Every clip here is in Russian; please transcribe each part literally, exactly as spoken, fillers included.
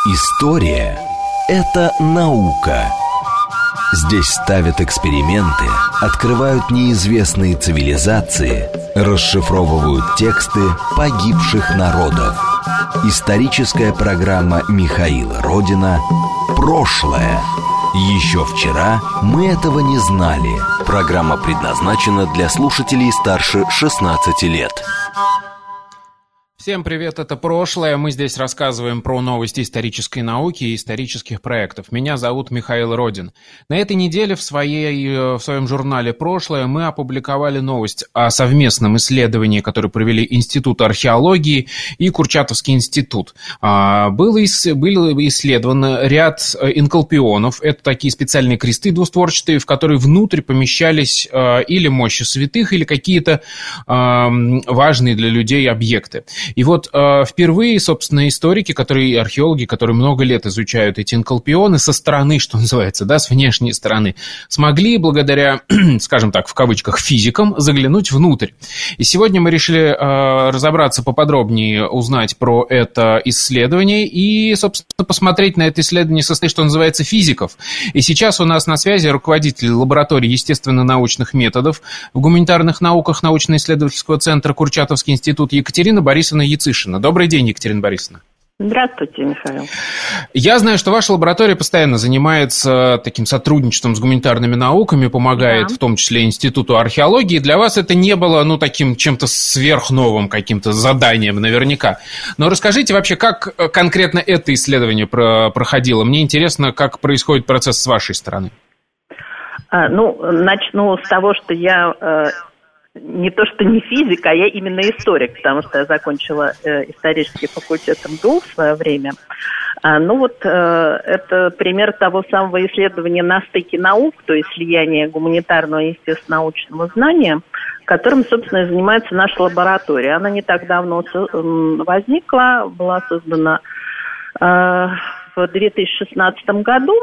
История – это наука. Здесь ставят эксперименты, открывают неизвестные цивилизации, расшифровывают тексты погибших народов. Историческая программа Михаила Родина «Прошлое». Еще вчера мы этого не знали. Программа предназначена для слушателей старше шестнадцати лет. Всем привет, это «Прошлое». Мы здесь рассказываем про новости исторической науки и исторических проектов. Меня зовут Михаил Родин. На этой неделе в, своей, в своем журнале «Прошлое» мы опубликовали новость о совместном исследовании, которое провели Институт археологии и Курчатовский институт. Был, был исследован ряд энколпионов. Это такие специальные кресты двустворчатые, в которые внутрь помещались или мощи святых, или какие-то важные для людей объекты. И вот э, впервые, собственно, историки, которые, археологи, которые много лет изучают эти энколпионы со стороны, что называется, да, с внешней стороны, смогли, благодаря, скажем так, в кавычках, физикам, заглянуть внутрь. И сегодня мы решили э, разобраться поподробнее, узнать про это исследование и, собственно, посмотреть на это исследование со стороны, что называется, физиков. И сейчас у нас на связи руководитель лаборатории естественно-научных методов в гуманитарных науках научно-исследовательского центра Курчатовский институт Екатерина Борисовна Яцишина. Добрый день, Екатерина Борисовна. Здравствуйте, Михаил. Я знаю, что ваша лаборатория постоянно занимается таким сотрудничеством с гуманитарными науками, помогает да. в том числе Институту археологии. Для вас это не было, ну, таким чем-то сверхновым каким-то заданием наверняка. Но расскажите вообще, как конкретно это исследование проходило? Мне интересно, как происходит процесс с вашей стороны. А, ну, начну с того, что я... Не то, что не физик, а я именно историк, потому что я закончила э, исторический факультет эм гэ у в свое время. А, ну вот э, это пример того самого исследования на стыке наук, то есть слияния гуманитарного и естественно-научного знания, которым, собственно, и занимается наша лаборатория. Она не так давно возникла, была создана э, в две тысячи шестнадцатом году.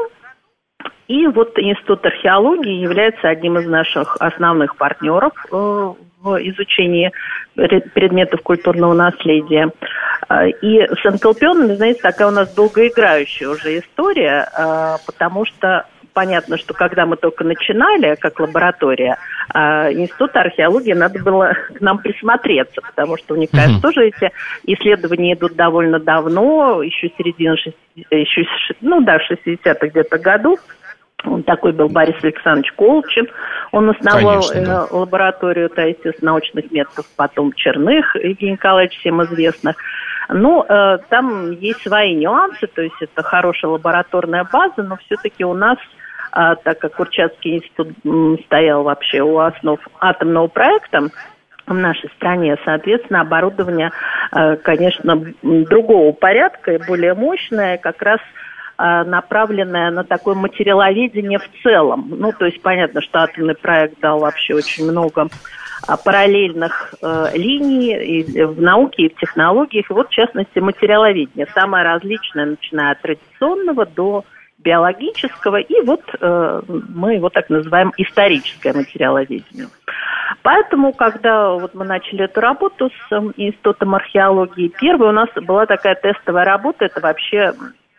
И вот Институт археологии является одним из наших основных партнеров э, в изучении предметов культурного наследия. И с энколпионами, знаете, такая у нас долгоиграющая уже история, э, потому что понятно, что когда мы только начинали, как лаборатория, э, Институт археологии надо было к нам присмотреться, потому что у них, кажется, mm-hmm. тоже эти исследования идут довольно давно, еще с середины, еще, ну да, шестидесятых где-то годов. Он такой был Борис Александрович Колчин. Он основал Конечно, да. э, лабораторию, то есть, научных методов, потом Черных, Евгений Николаевич, всем известных. Ну, э, там есть свои нюансы, то есть это хорошая лабораторная база, но все-таки у нас, э, так как Курчатовский институт м, стоял вообще у основ атомного проекта в нашей стране, соответственно, оборудование, э, конечно, другого порядка и более мощное, как раз направленная на такое материаловедение в целом. Ну, то есть понятно, что атомный проект дал вообще очень много а, параллельных э, линий и в науке, и в технологиях. И вот, в частности, материаловедение. Самое различное, начиная от традиционного до биологического. И вот э, мы его так называем историческое материаловедение. Поэтому, когда вот мы начали эту работу с э, Институтом археологии, первая у нас была такая тестовая работа, это вообще...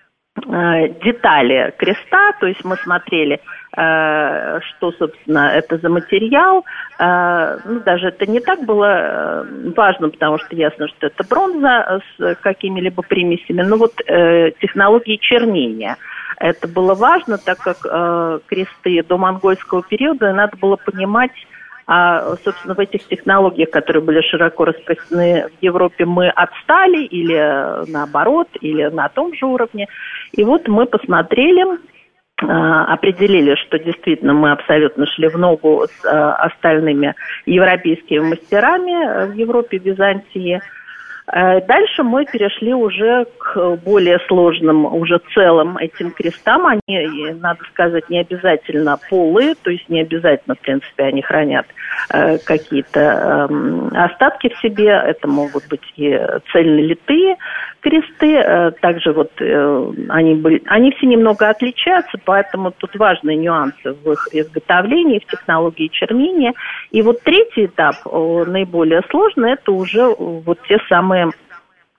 детали креста, то есть мы смотрели, э, что, собственно, это за материал. Э, ну, даже это не так было важно, потому что ясно, что это бронза с какими-либо примесями. Но вот э, технологии чернения. Это было важно, так как э, кресты до монгольского периода надо было понимать, а, собственно, в этих технологиях, которые были широко распространены в Европе, мы отстали или наоборот, или на том же уровне. И вот мы посмотрели, определили, что действительно мы абсолютно шли в ногу с остальными европейскими мастерами в Европе, в Византии. Дальше мы перешли уже к более сложным, уже целым этим крестам. Они, надо сказать, не обязательно полые, то есть не обязательно, в принципе, они хранят э, какие-то э, остатки в себе. Это могут быть и цельнолитые кресты. Э, также вот э, они, были, они все немного отличаются, поэтому тут важные нюансы в их изготовлении, в технологии чернения. И вот третий этап, наиболее сложный, это уже вот те самые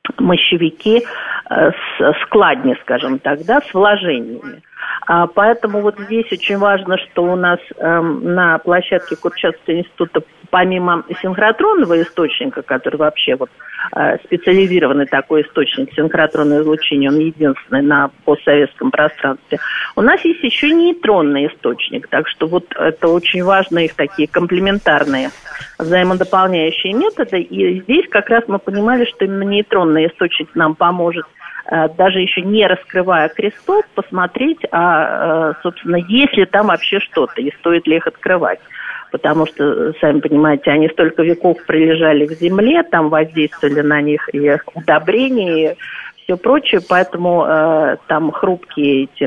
мощевики, складни, скажем так, да, с вложениями. А, поэтому вот здесь очень важно, что у нас э, на площадке Курчатовского института помимо синхротронного источника, который вообще вот э, специализированный такой источник синхротронного излучения, он единственный на постсоветском пространстве, у нас есть еще нейтронный источник. Так что вот это очень важные их такие комплементарные взаимодополняющие методы. И здесь как раз мы понимали, что именно нейтронный источник нам поможет, даже еще не раскрывая крестов, посмотреть, а, собственно, есть ли там вообще что-то, и стоит ли их открывать. Потому что, сами понимаете, они столько веков пролежали в земле, там воздействовали на них и удобрения, и все прочее, поэтому э, там хрупкие эти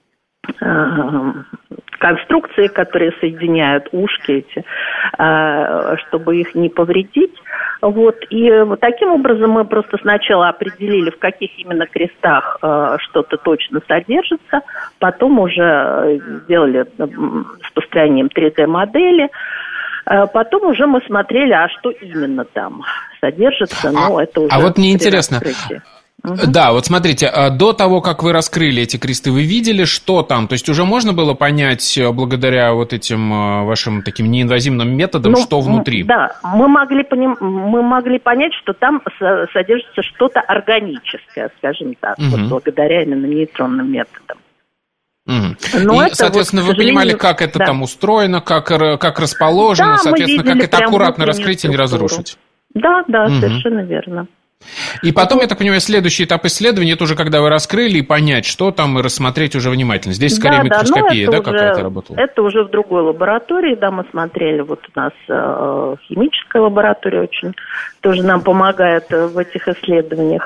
э, конструкции, которые соединяют ушки эти, э, чтобы их не повредить. Вот. И вот таким образом мы просто сначала определили, в каких именно крестах э, что-то точно содержится, потом уже сделали э, с построением три дэ-модели, э, потом уже мы смотрели, а что именно там содержится, но а, это уже... А вот мне интересно... Угу. Да, вот смотрите, до того, как вы раскрыли эти кресты, вы видели, что там? То есть уже можно было понять, благодаря вот этим вашим таким неинвазивным методам, ну, что внутри? Да, мы могли, поним... мы могли понять, что там содержится что-то органическое, скажем так, угу. вот благодаря именно нейтронным методам. Угу. Но и, соответственно, вот, вы понимали, как это да. там устроено, как, как расположено, да, соответственно, как это аккуратно раскрыть и не разрушить. Да, да, угу. совершенно верно. И потом, я так понимаю, следующий этап исследования, это уже когда вы раскрыли и понять, что там, и рассмотреть уже внимательно. Здесь скорее да, микроскопия, да, да какая-то работала? Это уже в другой лаборатории, да, мы смотрели, вот у нас э, химическая лаборатория очень тоже нам помогает в этих исследованиях.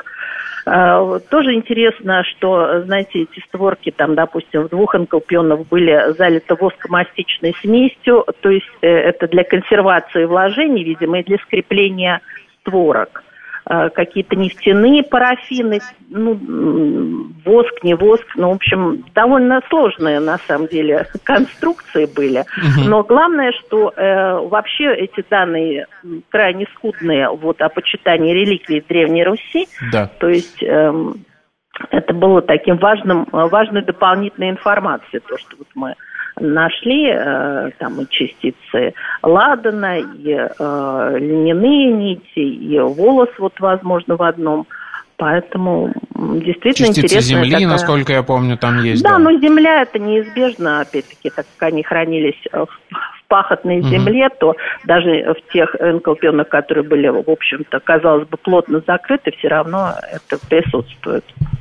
Э, тоже интересно, что, знаете, эти створки, там, допустим, в двух энкалпионов были залиты воскомастичной смесью, то есть э, это для консервации вложений, видимо, и для скрепления створок. Какие-то нефтяные парафины, ну, воск, не воск, ну, в общем, довольно сложные, на самом деле, конструкции были. Угу. Но главное, что э, вообще эти данные крайне скудные вот, о почитании реликвий Древней Руси. Да. То есть э, это было таким важным, важной дополнительной информацией, то, что вот мы нашли э, там и частицы ладана, и э, льняные нити, и волос, вот, возможно, в одном. Поэтому действительно частицы интересная земли, такая... насколько я помню, там есть. Да, да, но земля это неизбежно, опять-таки, так как они хранились в пахотной угу. земле, то даже в тех энкалпионах, которые были, в общем-то, казалось бы, плотно закрыты, все равно это присутствует.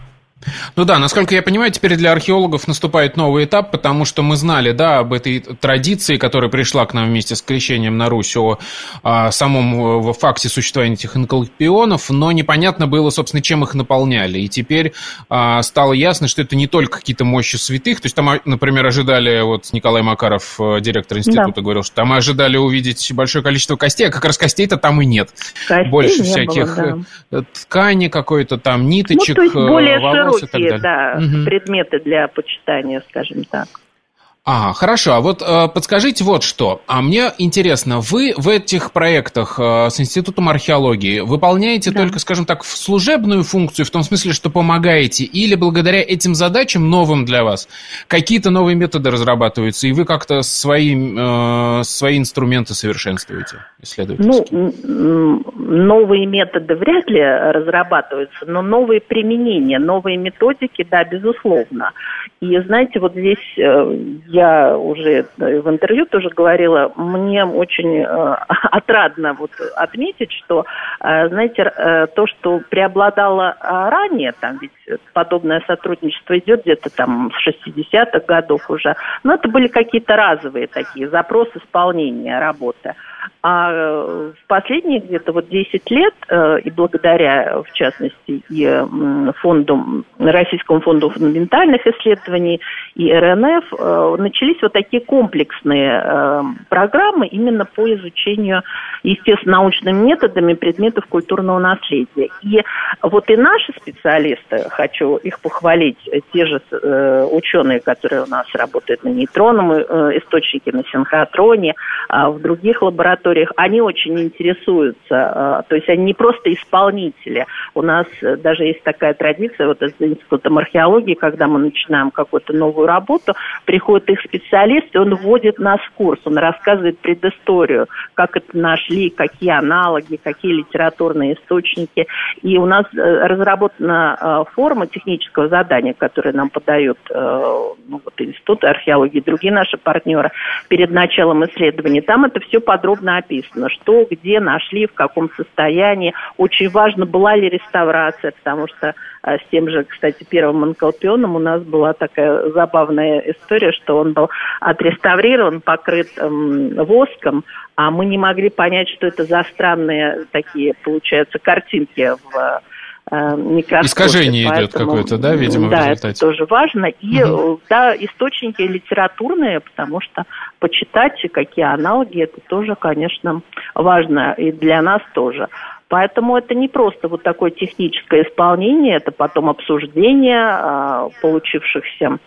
Ну да, насколько я понимаю, теперь для археологов наступает новый этап, потому что мы знали, да, об этой традиции, которая пришла к нам вместе с крещением на Русь, о, о самом факте существования этих энкалпионов, но непонятно было, собственно, чем их наполняли. И теперь а, стало ясно, что это не только какие-то мощи святых, то есть там, например, ожидали, вот Николай Макаров, директор института, да. говорил, что там ожидали увидеть большое количество костей, а как раз костей-то там и нет. Костей больше не всяких было, да. ткани какой-то там, ниточек, ну, то есть более волос. Широкие, да, угу. предметы для почитания, скажем так. А, хорошо. А вот э, подскажите вот что. А мне интересно, вы в этих проектах э, с Институтом археологии выполняете да. только, скажем так, служебную функцию, в том смысле, что помогаете, или благодаря этим задачам новым для вас какие-то новые методы разрабатываются, и вы как-то свои, э, свои инструменты совершенствуете, исследовательские? Ну, новые методы вряд ли разрабатываются, но новые применения, новые методики, да, безусловно. И, знаете, вот здесь... Э, Я уже в интервью тоже говорила, мне очень э, отрадно вот отметить, что, э, знаете, э, то, что преобладало ранее, там ведь подобное сотрудничество идет где-то там с шестидесятых годов уже, но это были какие-то разовые такие запросы исполнения работы. А в последние где-то вот десять лет, э, и благодаря, в частности, и э, фонду, Российскому фонду фундаментальных исследований, и эр эн эф, э, начались вот такие комплексные э, программы именно по изучению естественно-научными методами предметов культурного наследия. И вот и наши специалисты, хочу их похвалить, те же э, ученые, которые у нас работают на нейтронном э, источнике, на синхротроне, а в других лабораториях, историях, они очень интересуются. То есть они не просто исполнители. У нас даже есть такая традиция, вот из Институтом археологии, когда мы начинаем какую-то новую работу, приходит их специалист, и он вводит нас в курс, он рассказывает предысторию, как это нашли, какие аналоги, какие литературные источники. И у нас разработана форма технического задания, которое нам подают ну, вот, Институт археологии и другие наши партнеры перед началом исследования. Там это все подробно описано, что, где нашли, в каком состоянии. Очень важно, была ли реставрация, потому что с тем же, кстати, первым Монкалпионом у нас была такая забавная история, что он был отреставрирован, покрыт эм, воском, а мы не могли понять, что это за странные такие, получается, картинки в микроскопе. Искажение Поэтому, идет какое-то, да, видимо, да, в результате? это тоже важно. И, угу. да, источники литературные, потому что почитать, какие аналоги, это тоже, конечно, важно. И для нас тоже. Поэтому это не просто вот такое техническое исполнение, это потом обсуждение а, получившихся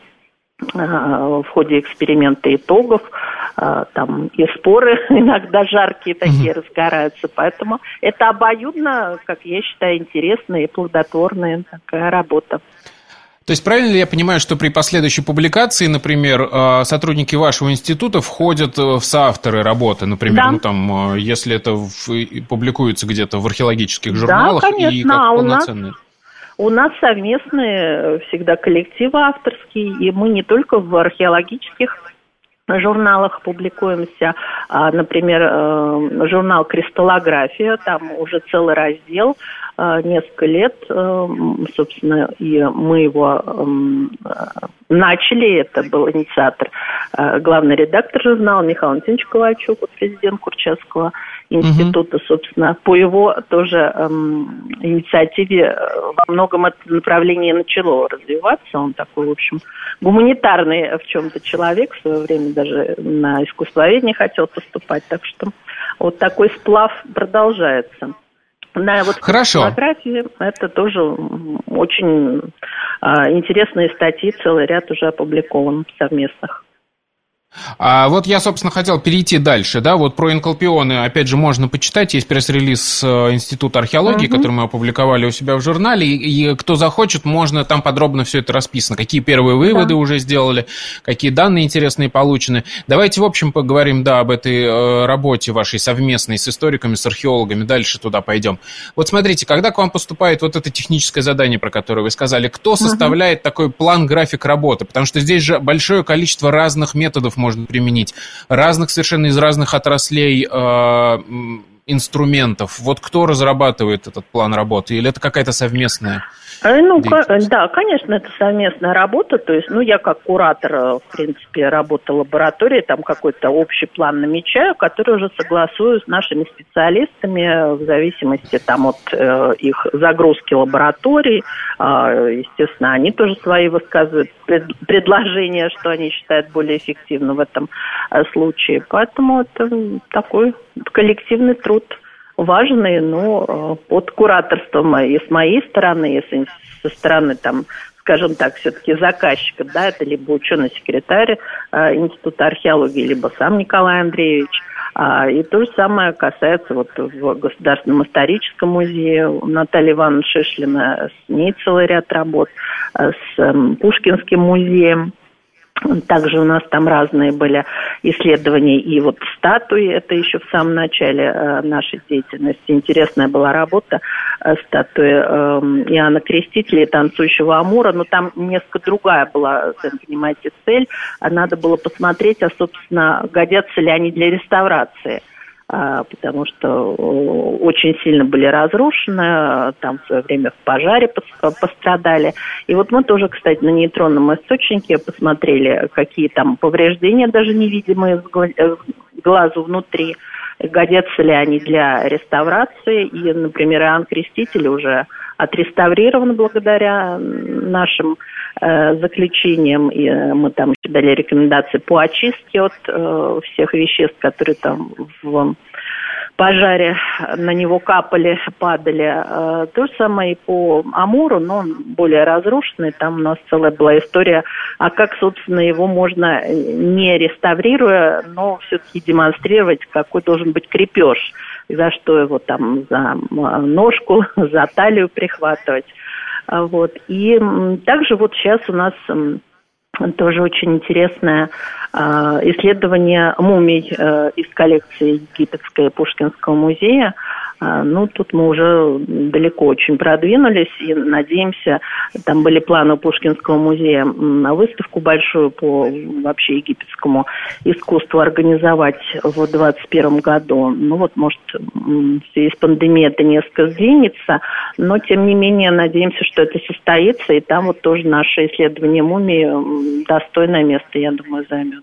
в ходе эксперимента итогов, там и споры иногда жаркие такие mm-hmm. разгораются. Поэтому это обоюдно, как я считаю, интересная и плодотворная такая работа. То есть правильно ли я понимаю, что при последующей публикации, например, сотрудники вашего института входят в соавторы работы, например, да. ну там, если это в, публикуется где-то в археологических журналах, да, конечно. И как а полноценные? У нас совместные всегда коллективы авторские, и мы не только в археологических журналах публикуемся. А, например, журнал «Кристаллография», там уже целый раздел, несколько лет, собственно, и мы его начали, это был инициатор, главный редактор журнала Михаил Антонович Ковальчук, президент Курчатского института, угу. собственно, по его тоже эм, инициативе во многом это направление начало развиваться. Он такой, в общем, гуманитарный в чем-то человек, в свое время даже на искусствоведение хотел поступать, так что вот такой сплав продолжается. Да, вот Хорошо. Фотографии это тоже очень а, интересные статьи, целый ряд уже опубликован совместных. А вот я, собственно, хотел перейти дальше, да, вот про энкалпионы, опять же, можно почитать, есть пресс-релиз Института археологии, uh-huh. который мы опубликовали у себя в журнале, и, и кто захочет, можно, там подробно все это расписано, какие первые выводы да. уже сделали, какие данные интересные получены. Давайте, в общем, поговорим, да, об этой э, работе вашей совместной с историками, с археологами, дальше туда пойдем. Вот смотрите, когда к вам поступает вот это техническое задание, про которое вы сказали, кто составляет uh-huh. такой план-график работы? Потому что здесь же большое количество разных методов можно применить, разных совершенно из разных отраслей э, инструментов. Вот кто разрабатывает этот план работы? Или это какая-то совместная Ну, да, конечно, это совместная работа. То есть, ну, я как куратор, в принципе, работы лаборатории, там какой-то общий план намечаю, который уже согласую с нашими специалистами в зависимости там от э, их загрузки лабораторий. Э, естественно, они тоже свои высказывают пред, предложения, что они считают более эффективным в этом э, случае. Поэтому это такой коллективный труд. Важные, но под кураторством и с моей стороны, и со стороны, там, скажем так, все-таки заказчика, да, это либо ученый-секретарь э, Института археологии, либо сам Николай Андреевич. А, и то же самое касается вот в Государственном историческом музее Натальи Ивановны Шишлина, с ней целый ряд работ, с э, Пушкинским музеем. Также у нас там разные были исследования и вот статуи, это еще в самом начале э, нашей деятельности. Интересная была работа э, статуи э, Иоанна Крестителя и танцующего Амура, но там несколько другая была, сами понимаете, цель. Надо было посмотреть, а, собственно, годятся ли они для реставрации. Потому что очень сильно были разрушены, там в свое время в пожаре пострадали. И вот мы тоже, кстати, на нейтронном источнике посмотрели, какие там повреждения, даже невидимые глазу внутри, годятся ли они для реставрации. И, например, Иоанн Креститель уже отреставрирован благодаря нашим э, заключениям. И мы там еще дали рекомендации по очистке от э, всех веществ, которые там в пожаре на него капали, падали. То же самое и по Амуру, но он более разрушенный. Там у нас целая была история, а как, собственно, его можно, не реставрируя, но все-таки демонстрировать, какой должен быть крепеж, за что его там за ножку, за талию прихватывать. Вот. И также вот сейчас у нас тоже очень интересное э, исследование мумий э, из коллекции Египетской Пушкинского музея. Э, ну, тут мы уже далеко очень продвинулись и надеемся, там были планы у Пушкинского музея на выставку большую по вообще египетскому искусству организовать в двадцать первом году. Ну, вот, может, в связи с пандемией это несколько сдвинется, но, тем не менее, надеемся, что это состоится, и там вот тоже наше исследование мумии достойное место, я думаю, займет.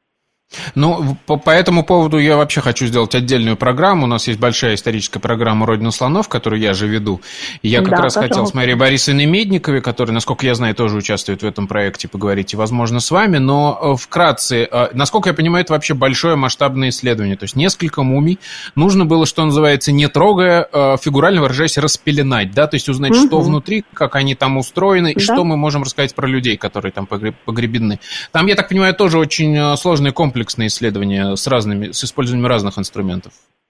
Ну, по, по этому поводу я вообще хочу сделать отдельную программу. У нас есть большая историческая программа «Родина слонов», которую я же веду. И я как да, раз пожалуйста. хотел с Марией Борисовной Медниковой, которая, насколько я знаю, тоже участвует в этом проекте, поговорить и, возможно, с вами. Но вкратце, насколько я понимаю, это вообще большое масштабное исследование. То есть несколько мумий нужно было, что называется, не трогая, фигурально выражаясь, распеленать, да, то есть узнать, угу. что внутри, как они там устроены, и да. что мы можем рассказать про людей, которые там погребены. Там, я так понимаю, тоже очень сложный комплекс комплексные исследования с разными, с использованием разных инструментов.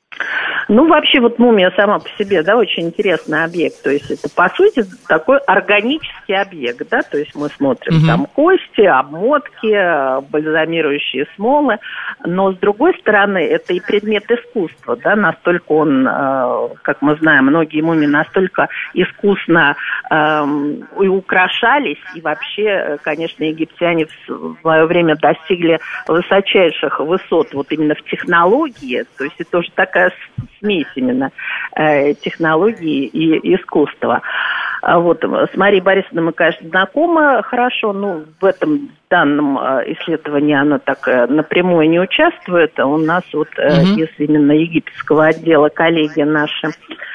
Ну, вообще, вот мумия сама по себе, да, очень интересный объект. То есть это, по сути, такой органический объект, да, то есть мы смотрим угу. там кости, обмотки, бальзамирующие смолы, но, с другой стороны, это и предмет искусства, да, настолько он, как мы знаем, многие мумии настолько искусно и украшались, и вообще, конечно, египтяне в свое время достигли высочайших высот вот именно в технологии, то есть это тоже такая смесь именно э, технологии и искусства. А вот с Марией Борисовной мы, конечно, знакомы хорошо, но в этом данном исследовании она так э, напрямую не участвует. У нас вот э, mm-hmm. из именно египетского отдела коллеги наши,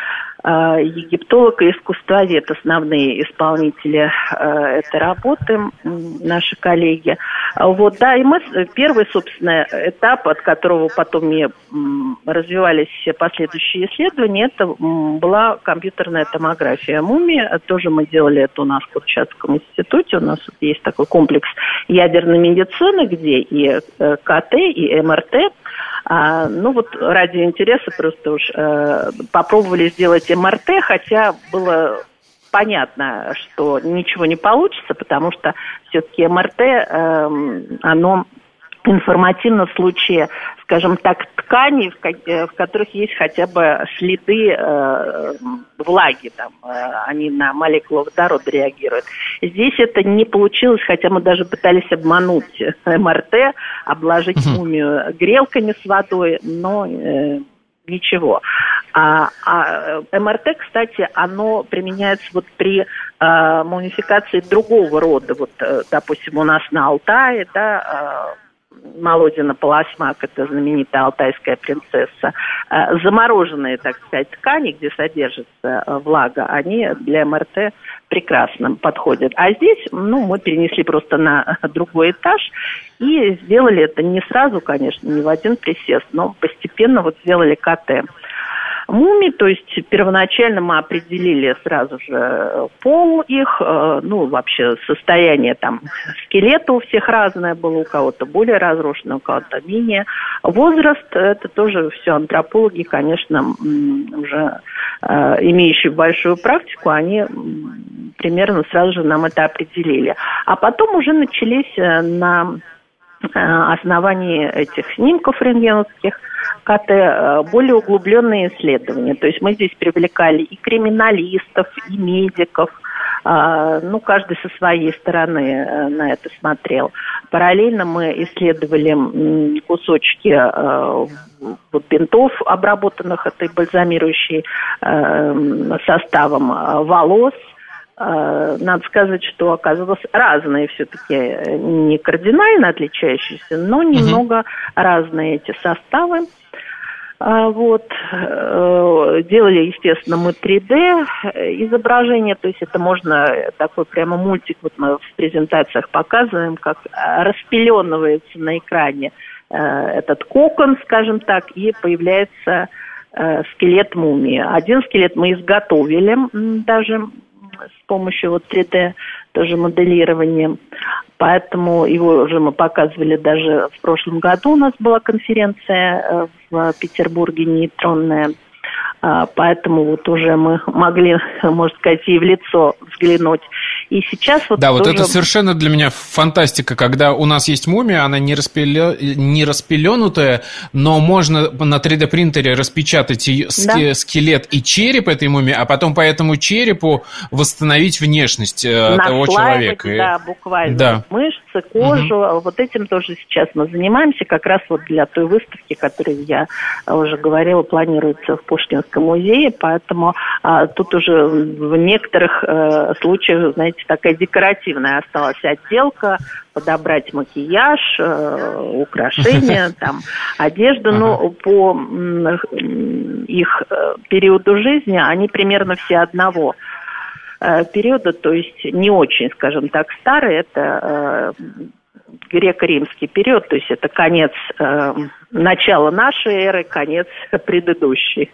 египтолог и искусствовед, основные исполнители э, этой работы, наши коллеги. Вот, да, и мы, первый, собственно, этап, от которого потом и развивались все последующие исследования, это была компьютерная томография мумии. Тоже мы делали это у нас в Курчатском институте. У нас есть такой комплекс ядерной медицины, где и КТ, и МРТ. А, ну вот ради интереса просто уж э, попробовали сделать МРТ, хотя было понятно, что ничего не получится, потому что все-таки МРТ, э, оно информативно в случае, скажем так, тканей, в, в которых есть хотя бы следы э, влаги, там, э, они на молекулу водорода реагируют. Здесь это не получилось, хотя мы даже пытались обмануть МРТ, обложить мумию грелками с водой, но э, ничего. А, а МРТ, кстати, оно применяется вот при э, мумификации другого рода. Вот, э, допустим, у нас на Алтае, да, э, Молодина Полосмак, это знаменитая алтайская принцесса, замороженные, так сказать, ткани, где содержится влага, они для МРТ прекрасно подходят. А здесь, ну, мы перенесли просто на другой этаж и сделали это не сразу, конечно, не в один присест, но постепенно вот сделали КТ мумий, то есть первоначально мы определили сразу же пол их, ну, вообще состояние там скелета у всех разное было, у кого-то более разрушенное, у кого-то менее. Возраст, это тоже все антропологи, конечно, уже имеющие большую практику, они примерно сразу же нам это определили. А потом уже начались на основании этих снимков рентгеновских КТ более углубленные исследования. То есть мы здесь привлекали и криминалистов, и медиков. Ну, каждый со своей стороны на это смотрел. Параллельно мы исследовали кусочки вот, бинтов, обработанных этой бальзамирующей составом волос. Надо сказать, что оказалось разные все-таки, не кардинально отличающиеся, но немного uh-huh. разные эти составы. Вот. Делали, естественно, мы три дэ изображение, то есть это можно, такой прямо мультик, вот мы в презентациях показываем, как распеленывается на экране этот кокон, скажем так, и появляется скелет мумии. Один скелет мы изготовили даже с помощью вот три дэ тоже моделирования. Поэтому его уже мы показывали даже в прошлом году. У нас была конференция в Петербурге нейтронная. Поэтому вот уже мы могли, можно сказать, и в лицо взглянуть. И сейчас вот Да, тоже... вот это совершенно для меня фантастика, когда у нас есть мумия, она не, распилё... не распеленутая, но можно на три дэ-принтере распечатать ее да. скелет и череп этой мумии, а потом по этому черепу восстановить внешность Наслаивать, того человека. Да, буквально. Да. Мышцы, кожу. Угу. Вот этим тоже сейчас мы занимаемся, как раз вот для той выставки, которую я уже говорила, планируется в Пушкинском музее, поэтому а, тут уже в некоторых а, случаях, знаете, такая декоративная осталась отделка, подобрать макияж, э, украшения, там, одежду, но ага. по м, их периоду жизни они примерно все одного э, периода, то есть не очень, скажем так, старые, это э, греко-римский период, то есть это конец, э, начало нашей эры, конец предыдущей.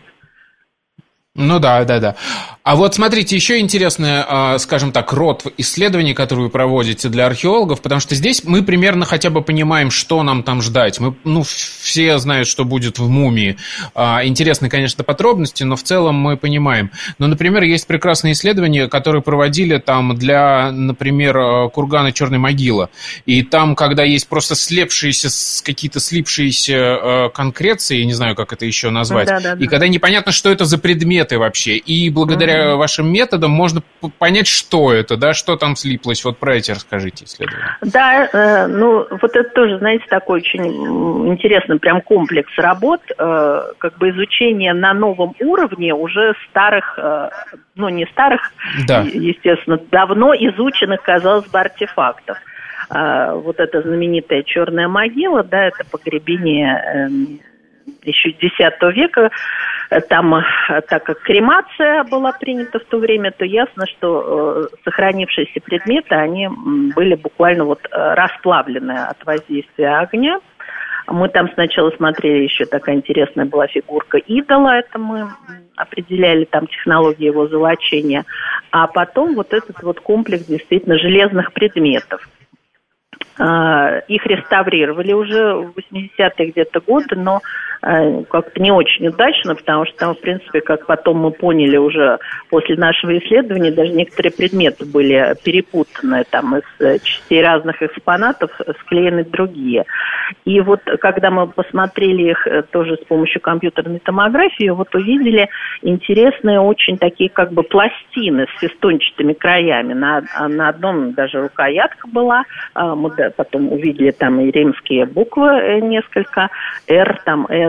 Ну да, да, да. А вот смотрите, еще интересный, скажем так, род исследований, которые вы проводите для археологов, потому что здесь мы примерно хотя бы понимаем, что нам там ждать. Мы, ну, все знают, что будет в мумии. Интересны, конечно, подробности, но в целом мы понимаем. Но, например, есть прекрасные исследования, которые проводили там для, например, кургана Черной могилы. И там, когда есть просто слепшиеся, какие-то слипшиеся конкреции, я не знаю, как это еще назвать, да, да, да. и когда непонятно, что это за предмет вообще. И благодаря mm-hmm. вашим методам можно понять, что это, да, что там слиплось. Вот про эти расскажите исследования. Да, э, ну, вот это тоже, знаете, такой очень интересный прям комплекс работ, э, как бы изучение на новом уровне уже старых, э, ну, не старых, да. естественно, давно изученных, казалось бы, артефактов. Э, вот эта знаменитая Черная могила, да, это погребение э, еще десятого века. Там, так как кремация была принята в то время, то ясно, что э, сохранившиеся предметы, они были буквально вот расплавлены от воздействия огня. Мы там сначала смотрели, еще такая интересная была фигурка идола, это мы определяли там технологию его золочения, а потом вот этот вот комплекс действительно железных предметов. Их реставрировали уже в восьмидесятые где-то годы, но как-то не очень удачно, потому что там, в принципе, как потом мы поняли уже после нашего исследования, даже некоторые предметы были перепутаны, там из частей разных экспонатов склеены другие. И вот когда мы посмотрели их тоже с помощью компьютерной томографии, вот увидели интересные очень такие как бы пластины с фестончатыми краями. На, на одном даже рукоятка была, мы потом увидели там и римские буквы несколько, R, там, S.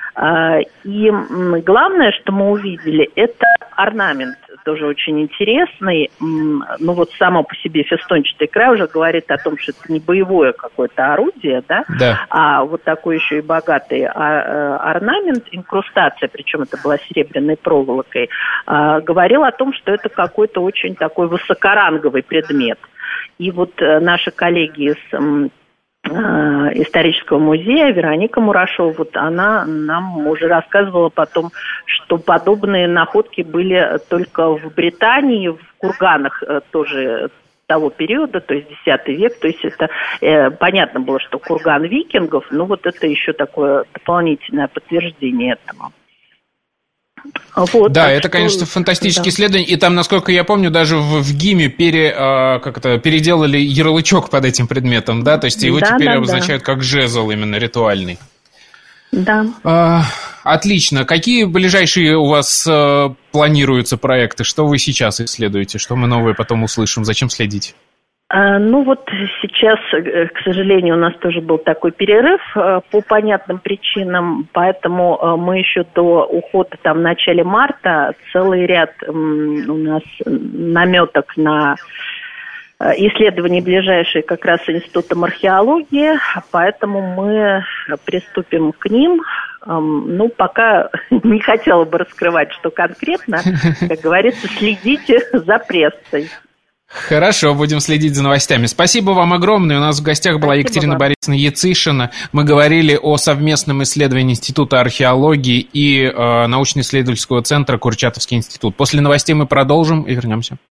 И главное, что мы увидели, это орнамент, тоже очень интересный. Ну вот само по себе фестончатый край уже говорит о том, что это не боевое какое-то орудие, да, да. а вот такой еще и богатый орнамент, инкрустация, причем это была серебряной проволокой, говорил о том, что это какой-то очень такой высокоранговый предмет. И вот наши коллеги из исторического музея, Вероника Мурашова, вот она нам уже рассказывала потом, что подобные находки были только в Британии, в курганах тоже того периода, то есть десятый век, то есть это э, понятно было, что курган викингов, но вот это еще такое дополнительное подтверждение этому. Вот, да, это, что... конечно, фантастические да. исследования. И там, насколько я помню, даже в, в ГИМе пере, а, как это, переделали ярлычок под этим предметом, да? То есть его да, теперь да, обозначают да. как жезл именно ритуальный. Да. А, отлично. Какие ближайшие у вас а, планируются проекты? Что вы сейчас исследуете? Что мы новое потом услышим? Зачем следить? Ну вот сейчас, к сожалению, у нас тоже был такой перерыв по понятным причинам, поэтому мы еще до ухода там в начале марта целый ряд у нас наметок на исследования ближайшие как раз Институтом археологии, поэтому мы приступим к ним. Ну, пока не хотела бы раскрывать, что конкретно, как говорится, следите за прессой. Хорошо, будем следить за новостями. Спасибо вам огромное. У нас в гостях была Спасибо Екатерина вам. Борисовна Яцишина. Мы говорили о совместном исследовании Института археологии и э, научно-исследовательского центра Курчатовский институт. После новостей мы продолжим и вернемся.